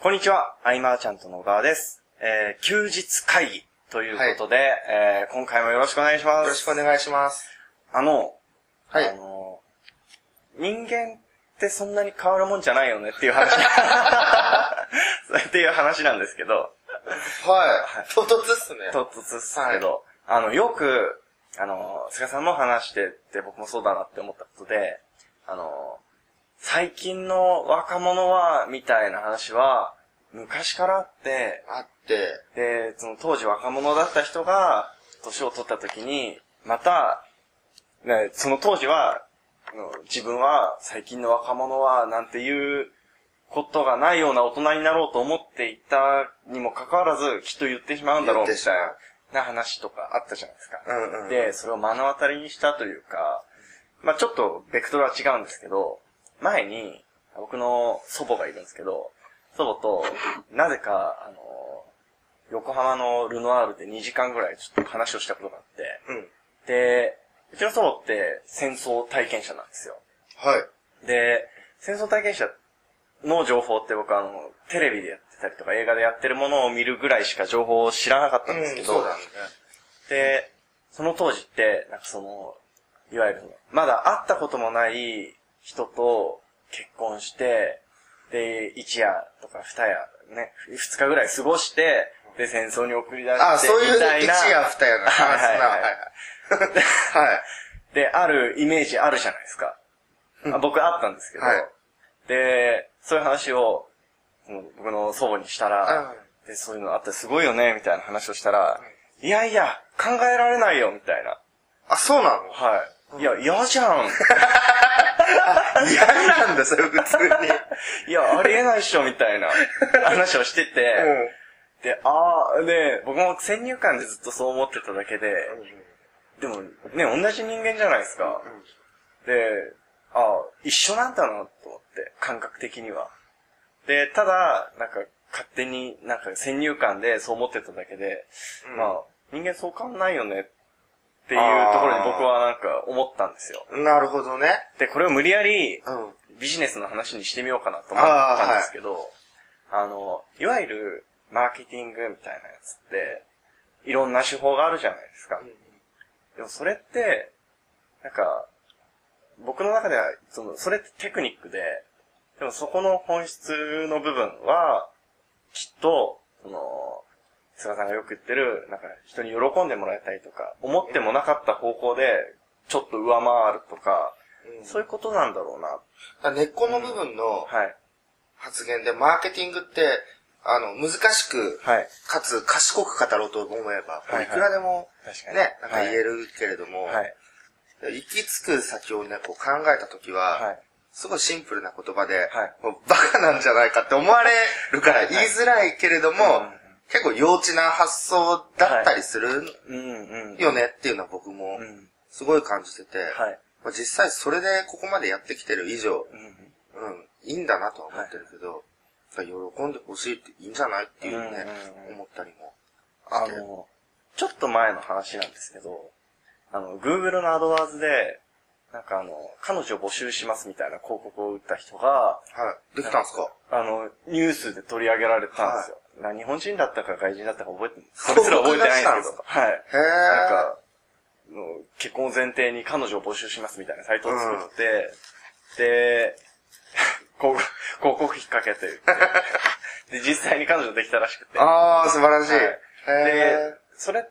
こんにちは、アイマーちゃんとの小川です。休日会議ということで、今回もよろしくお願いします。 よろしくお願いします。 はい。人間ってそんなに変わるもんじゃないよねっていう話。っていう話なんですけど。 はい。唐突っすね。 唐突っすけど、よく、菅さんも話してて僕もそうだなって思ったことで、最近の若者は、みたいな話は、昔からあって、で、その当時若者だった人が、年を取った時に、また、ね、その当時は、自分は最近の若者は、なんていうことがないような大人になろうと思っていたにもかかわらず、きっと言ってしまうんだろう、みたいな話とかあったじゃないですか。で、それを目の当たりにしたというか、まあちょっとベクトルは違うんですけど、前に、僕の祖母がいるんですけど、祖母と、なぜか、横浜のルノアールで2時間ぐらいちょっと話をしたことがあって、で、うちの祖母って戦争体験者なんですよ。 はい。 で、戦争体験者の情報って僕テレビでやってたりとか映画でやってるものを見るぐらいしか情報を知らなかったんですけど、 そうだね。 で、その当時って、なんかいわゆるまだ会ったこともない人と結婚して、で、一夜とか二夜、ね、二日ぐらい過ごして、で、戦争に送り出して、 そういうみたいな。 一夜二夜の話な。はい。 で、あるイメージあるじゃないですか。僕あったんですけど、で、そういう話を、僕の祖母にしたら、で、そういうのあってすごいよね、みたいな話をしたら、いやいや、考えられないよ、みたいな。 あ、そうなの？ はい。いや、嫌じゃん。 嫌なんだ、それ普通に。 いや、ありえないっしょ、みたいな話をしてて、で、僕も先入観でずっとそう思ってただけで、でもね、同じ人間じゃないですか。で、一緒なんだなと思って、感覚的には。で、ただ、なんか、勝手になんか先入観でそう思ってただけで、まあ、人間そう変わんないよねっていうところに僕はなんか思ったんですよ。 なるほどね。 で、これを無理やり、ビジネスの話にしてみようかなと思ったんですけど、いわゆるマーケティングみたいなやつって、いろんな手法があるじゃないですか。でもそれって、なんか、僕の中では、それってテクニックで、でもそこの本質の部分は、きっと、菅さんがよく言ってる、なんか人に喜んでもらいたいとか、思ってもなかった方向で、ちょっと上回るとか、そういうことなんだろうな。 根っこの部分の発言で、マーケティングって、難しく、かつ賢く語ろうと思えば、いくらでも、ね、なんか言えるけれども、行き着く先をね、こう考えたときは、すごいシンプルな言葉で、もうバカなんじゃないかって思われるから言いづらいけれども、結構幼稚な発想だったりするよねっていうのは僕もすごい感じてて、実際それでここまでやってきてる以上、いいんだなとは思ってるけど、喜んでほしいっていいんじゃないっていうね、思ったりもして。 ちょっと前の話なんですけど、Google のアドワーズで、なんか彼女を募集しますみたいな広告を打った人が、 できたんですか？ ニュースで取り上げられたんですよ。日本人だったか外人だったかそれすら覚えてないんですけど、なんか、結婚を前提に彼女を募集しますみたいなサイトを作って、で、広告引っ掛けて、で、実際に彼女できたらしくて。 素晴らしい。 で、それって、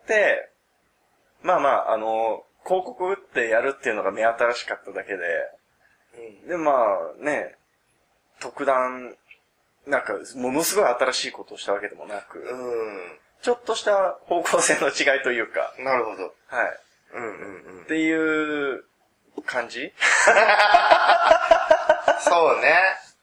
まあ、広告打ってやるっていうのが目新しかっただけで、で、まあね、特段、なんか、ものすごい新しいことをしたわけでもなく、ちょっとした方向性の違いというか。 なるほど。 っていう感じそうね。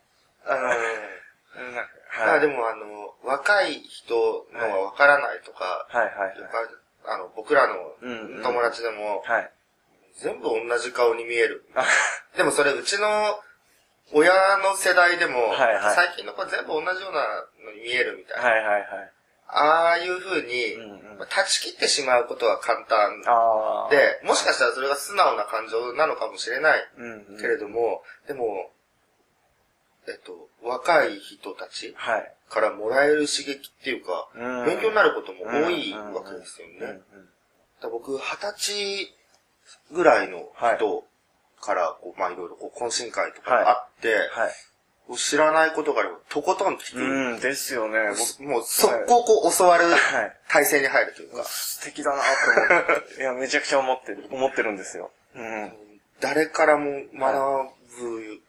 でも若い人のはわからないとか、僕らの友達でも、全部同じ顔に見える。でもそれうちの親の世代でも、最近の子は全部同じようなのに見えるみたいな。ああいう風に、断ち切ってしまうことは簡単で、もしかしたらそれが素直な感情なのかもしれないけれども、でも、 若い人たちからもらえる刺激っていうか、勉強になることも多いわけですよね。僕、20歳ぐらいの人から、まあいろいろ懇親会とかがあって、知らないことがあれば、とことん聞く。 ですよね。 もう、速攻教わる体制に入るというか。 素敵だなと思って。いや、めちゃくちゃ思ってるんですよ。 誰からも学ぶ。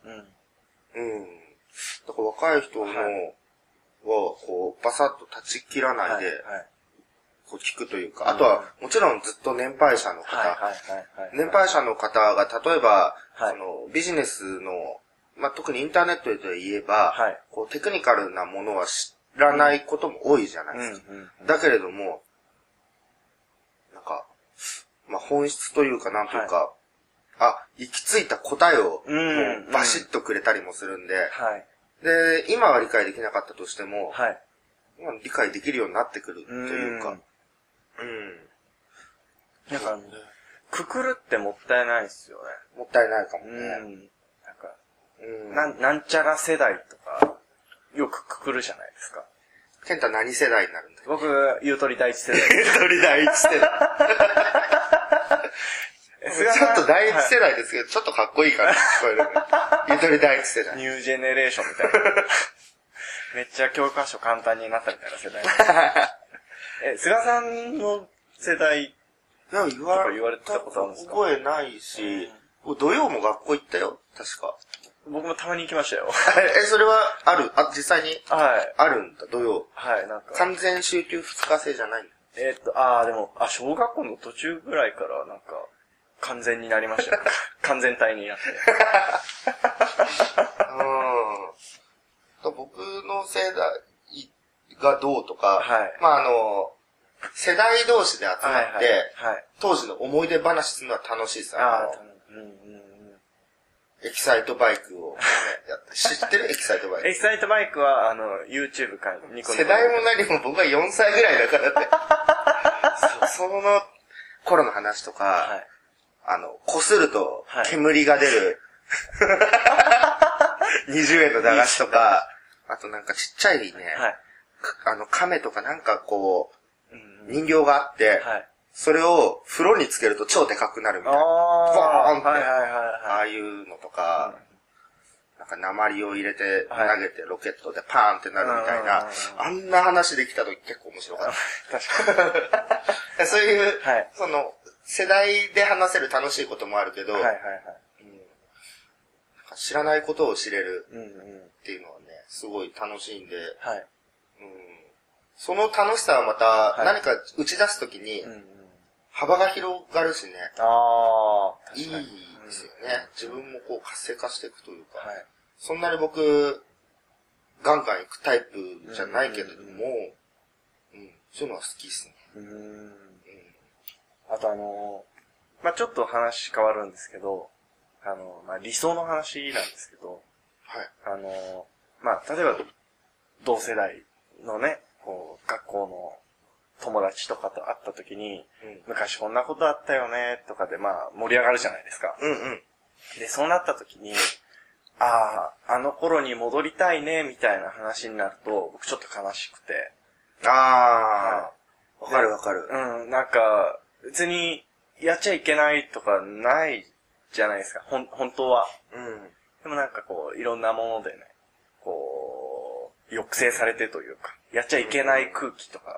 だから若い人のは、バサッと断ち切らないで、聞くというか、あとは、もちろんずっと年配者の方、年配者の方が、例えば、ビジネスの、まあ、特にインターネットで言えば、テクニカルなものは知らないことも多いじゃないですか。だけれども、なんか、まあ、本質というか、なんというか、行き着いた答えを、バシッとくれたりもするんで、で、今は理解できなかったとしても、理解できるようになってくるというか、 なんか、くくるってもったいないですよね。 もったいないかもね。 なんちゃら世代とか、よくくくるじゃないですか。 ケンタ何世代になるんだっけ？ 僕、ゆとり第一世代。 ゆとり第一世代。ちょっと第一世代ですけど、ちょっとかっこいい感じ聞こえるね。ゆとり第一世代。 ニュージェネレーションみたいな。めっちゃ教科書簡単になったみたいな世代。菅さんの世代とか言われてたことあるんですか？ 覚えないし、土曜も学校行ったよ、確か。 僕もたまに行きましたよ。 それは実際にあるんだ、土曜。 なんか。 完全週休2日制じゃないんだ。でも、小学校の途中ぐらいからなんか、完全になりましたよ。完全体になって。 僕の世代がどうとか、まあ世代同士で集まって、当時の思い出話するのは楽しいです。エキサイトバイクを、やった。知ってる？エキサイトバイク。 エキサイトバイクは、YouTube かニコニコ。 世代も何も僕は4歳ぐらいだからって。その頃の話とか、擦ると煙が出る、20円の駄菓子とか、あとなんかちっちゃいね、亀とかなんか人形があって、それを風呂につけると超でかくなるみたいな。ボーンって。ああいうのとか、なんか鉛を入れて投げてロケットでパーンってなるみたいな、あんな話できた時結構面白かった。確かに。そういう、世代で話せる楽しいこともあるけど、知らないことを知れるっていうのはね、すごい楽しいんで、その楽しさはまた何か打ち出すときに、幅が広がるしね。いいですよね。自分も活性化していくというか。そんなに僕、ガンガン行くタイプじゃないけれども、そういうのは好きですね。 あとまあ、ちょっと話変わるんですけど、まあ、理想の話なんですけど、まあ、例えば、同世代のね、学校の友達とかと会った時に、昔こんなことあったよね、とかで、まあ、盛り上がるじゃないですか。で、そうなった時に、あの頃に戻りたいね、みたいな話になると、僕ちょっと悲しくて。 わかるわかる。 なんか、別に、やっちゃいけないとかないじゃないですか、本当は。でもなんかいろんなものでね、抑制されてというか、やっちゃいけない空気とか、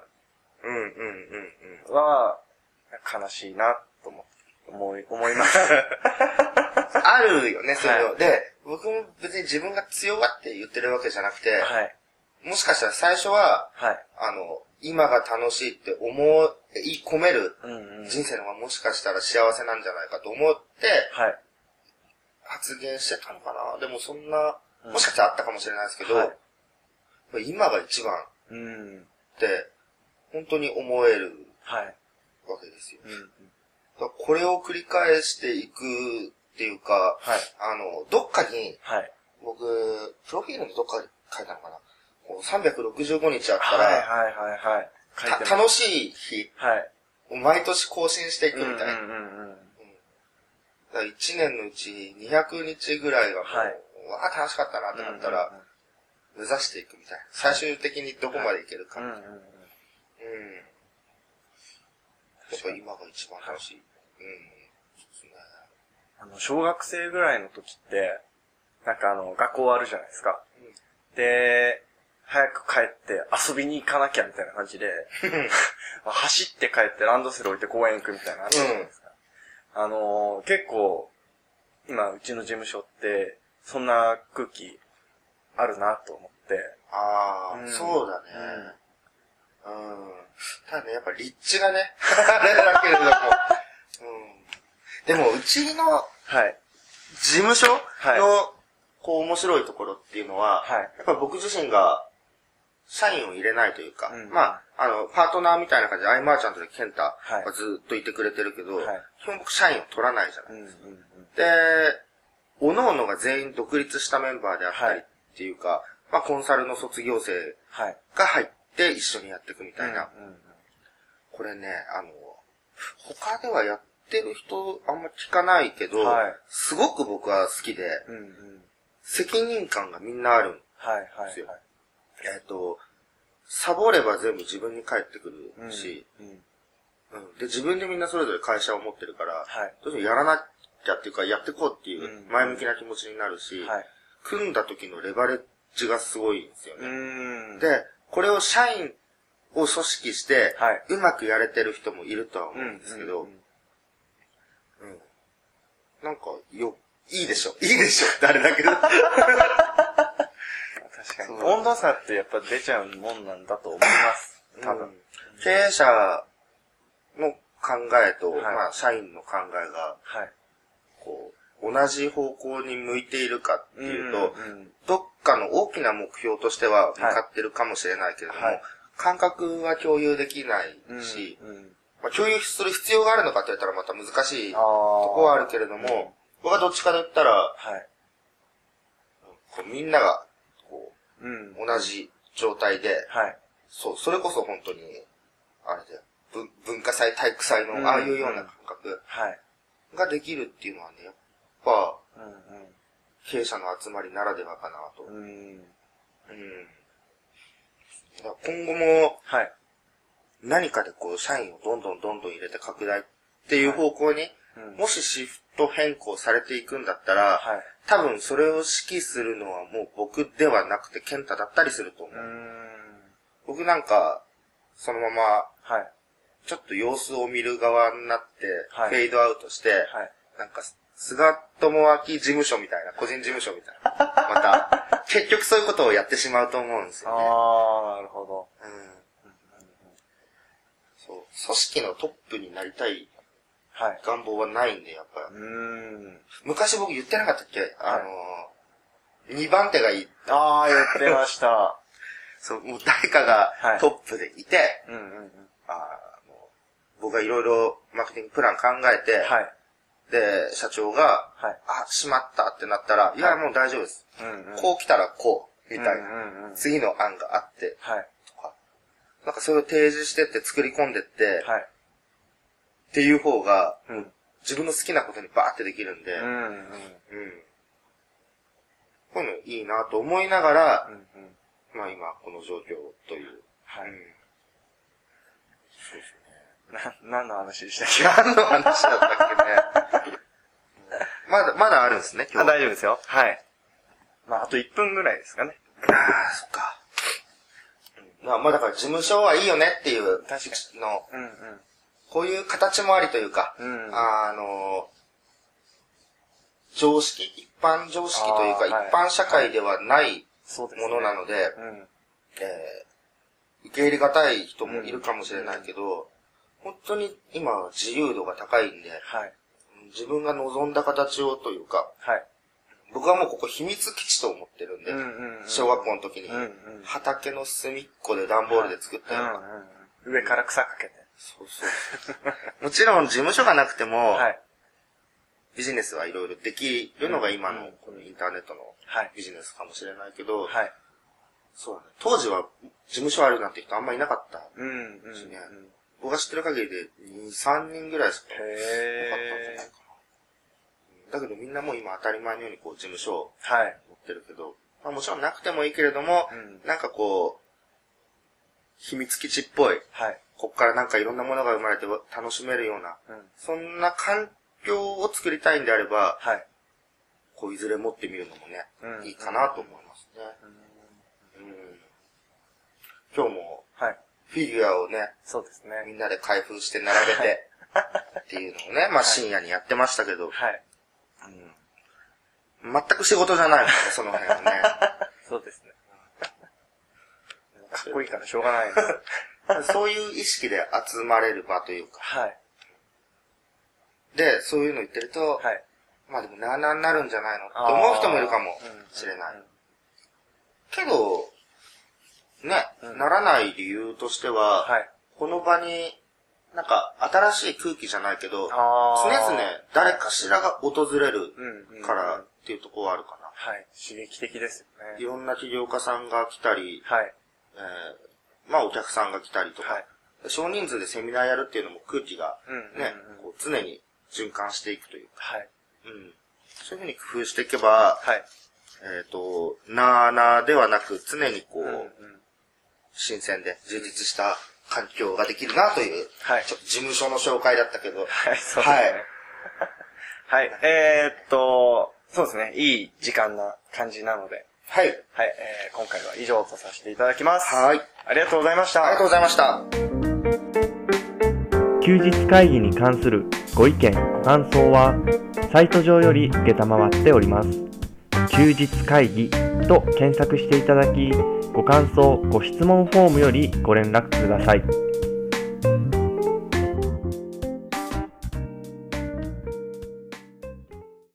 は、悲しいな、と思います。 あるよね、そういうの。で、僕も別に自分が強がって言ってるわけじゃなくて、もしかしたら最初は、今が楽しいって思い込める人生の方がもしかしたら幸せなんじゃないかと思って、発言してたのかな。でもそんな、もしかしたらあったかもしれないですけど、今が一番って、本当に思えるわけですよ。これを繰り返していくっていうか、どっかに、僕、プロフィールのどっかに書いたのかな。365日あったら、楽しい日、毎年更新していくみたいな。1年のうち200日ぐらいが楽しかったなってなったら、目指していくみたいな。最終的にどこまでいけるかみたいな。やっぱ今が一番楽しい。 小学生ぐらいの時って、なんか学校あるじゃないですか。で、早く帰って遊びに行かなきゃみたいな感じで、走って帰ってランドセル置いて公園行くみたいなのあったじゃないですか。結構、今うちの事務所って、そんな空気あるなと思って。 そうだね。ただね、やっぱ立地がね、あれだけれども。でも、うちの、事務所の、こう、面白いところっていうのは、やっぱり僕自身が、社員を入れないというか、パートナーみたいな感じで、アイマーチャントでケンタはずっといてくれてるけど、基本僕社員を取らないじゃないですか。で、各々が全員独立したメンバーであったりっていうか、コンサルの卒業生が入って一緒にやっていくみたいな。これね、他ではやってる人あんま聞かないけど、すごく僕は好きで、責任感がみんなあるんですよ。サボれば全部自分に返ってくるし、で、自分でみんなそれぞれ会社を持ってるから、どうしてもやらなきゃっていうか、やってこうっていう前向きな気持ちになるし、組んだ時のレバレッジがすごいんですよね。で、これを社員を組織して、うまくやれてる人もいるとは思うんですけど、なんか、いいでしょってあれだけど。 確かに。温度差ってやっぱ出ちゃうもんなんだと思います。多分。 経営者の考えと、社員の考えが、こう、同じ方向に向いているかっていうと、どっかの大きな目標としては向かってるかもしれないけれども、感覚は共有できないし、共有する必要があるのかって言ったらまた難しいとこはあるけれども、僕はどっちかと言ったら、みんながこう、同じ状態で、それこそ本当に、あれで、文化祭、体育祭のああいうような感覚ができるっていうのはね、やっぱ、経営者の集まりならではかなと。今後も、何かでこう、社員をどんどん入れて拡大っていう方向に、もしシフト変更されていくんだったら、多分それを指揮するのはもう僕ではなくて健太だったりすると思う。僕なんか、そのまま、ちょっと様子を見る側になって、フェードアウトして、なんか、菅智明事務所みたいな、個人事務所みたいな。また、結局そういうことをやってしまうと思うんですよね。 なるほど。 そう。組織のトップになりたい願望はないんで、やっぱ。昔僕言ってなかったっけ2番手がいい。 言ってました。 そう、もう誰かがトップでいて、僕がいろいろマーケティングプラン考えて、で、社長が、しまったってなったら、いや、もう大丈夫です。こう来たらこう、みたいな。次の案があって、とか。なんかそれを提示してって作り込んでって、っていう方が、自分の好きなことにバーってできるんで、こういうのいいなと思いながら、まあ今この状況という。 そうですね。何の話でしたっけ？ 何の話だったっけね。まだあるんですね、 今日。大丈夫ですよ。あと1分ぐらいですかね。 そっか。だから事務所はいいよねっていう、 確かに。 こういう形もありというか、常識、一般常識というか、一般社会ではないものなので、受け入れがたい人もいるかもしれないけど、本当に今は自由度が高いんで、自分が望んだ形をというか、僕はもうここ秘密基地と思ってるんで、小学校の時に畑の隅っこで段ボールで作ったような。 上から草かけて。 もちろん事務所がなくても、ビジネスはいろいろできるのが今のこのインターネットのビジネスかもしれないけど、そうだね。当時は事務所あるなんて人あんまいなかったしね。僕が知ってる限りで2、3人ぐらいしかいなかったんじゃないかな。 だけどみんなもう今当たり前のようにこう事務所を持ってるけど、まあもちろんなくてもいいけれども、なんかこう、秘密基地っぽい、こっからなんかいろんなものが生まれて楽しめるような、そんな環境を作りたいんであれば、こういずれ持ってみるのもね、いいかなと思いますね。今日も、フィギュアをね、 そうですね。 みんなで開封して並べて、っていうのをね、まあ深夜にやってましたけど、全く仕事じゃないもんね、その辺はね。 そうですね。かっこいいからしょうがないです。 そういう意識で集まれる場というか。で、そういうの言ってると、まあでもなあなあになるんじゃないのって思う人もいるかもしれない。けど、ね、ならない理由としては、この場に、なんか新しい空気じゃないけど、常々誰かしらが訪れるからっていうところはあるかな。 刺激的ですよね。 いろんな起業家さんが来たり、まあお客さんが来たりとか、少人数でセミナーやるっていうのも空気がね、こう常に循環していくというか、そういうふうに工夫していけば、なーなーではなく常にこう、新鮮で充実した環境ができるなという、ちょっと事務所の紹介だったけど、 そうですね。そうですね。いい時間な感じなので、今回は以上とさせていただきます。ありがとうございました。 ありがとうございました。 休日会議に関するご意見、ご感想は、サイト上より受けたまわっております。休日会議と検索していただき、ご感想、ご質問フォームよりご連絡ください。